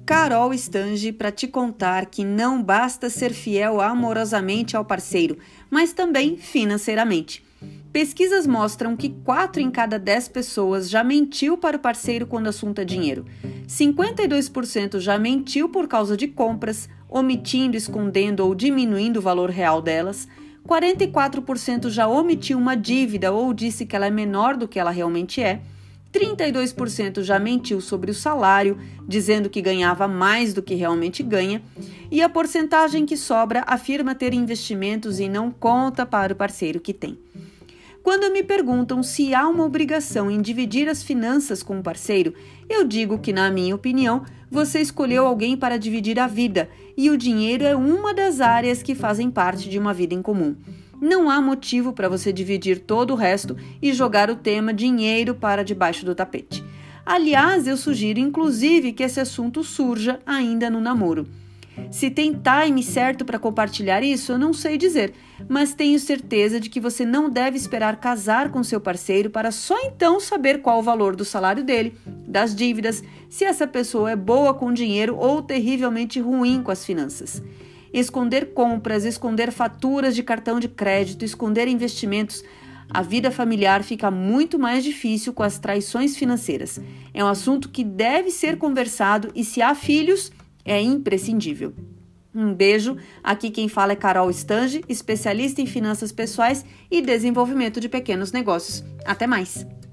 Carol Stange para te contar que não basta ser fiel amorosamente ao parceiro, mas também financeiramente. Pesquisas mostram que 4 em cada 10 pessoas já mentiu para o parceiro quando o assunto é dinheiro. 52% já mentiu por causa de compras, omitindo, escondendo ou diminuindo o valor real delas. 44% já omitiu uma dívida ou disse que ela é menor do que ela realmente é. 32% já mentiu sobre o salário, dizendo que ganhava mais do que realmente ganha, e a porcentagem que sobra afirma ter investimentos e não conta para o parceiro que tem. Quando me perguntam se há uma obrigação em dividir as finanças com o parceiro, eu digo que, na minha opinião, você escolheu alguém para dividir a vida, e o dinheiro é uma das áreas que fazem parte de uma vida em comum. Não há motivo para você dividir todo o resto e jogar o tema dinheiro para debaixo do tapete. Aliás, eu sugiro inclusive que esse assunto surja ainda no namoro. Se tem time certo para compartilhar isso, eu não sei dizer, mas tenho certeza de que você não deve esperar casar com seu parceiro para só então saber qual o valor do salário dele, das dívidas, se essa pessoa é boa com dinheiro ou terrivelmente ruim com as finanças. Esconder compras, esconder faturas de cartão de crédito, esconder investimentos. A vida familiar fica muito mais difícil com as traições financeiras. É um assunto que deve ser conversado e, se há filhos, é imprescindível. Um beijo, aqui quem fala é Carol Stange, especialista em finanças pessoais e desenvolvimento de pequenos negócios. Até mais!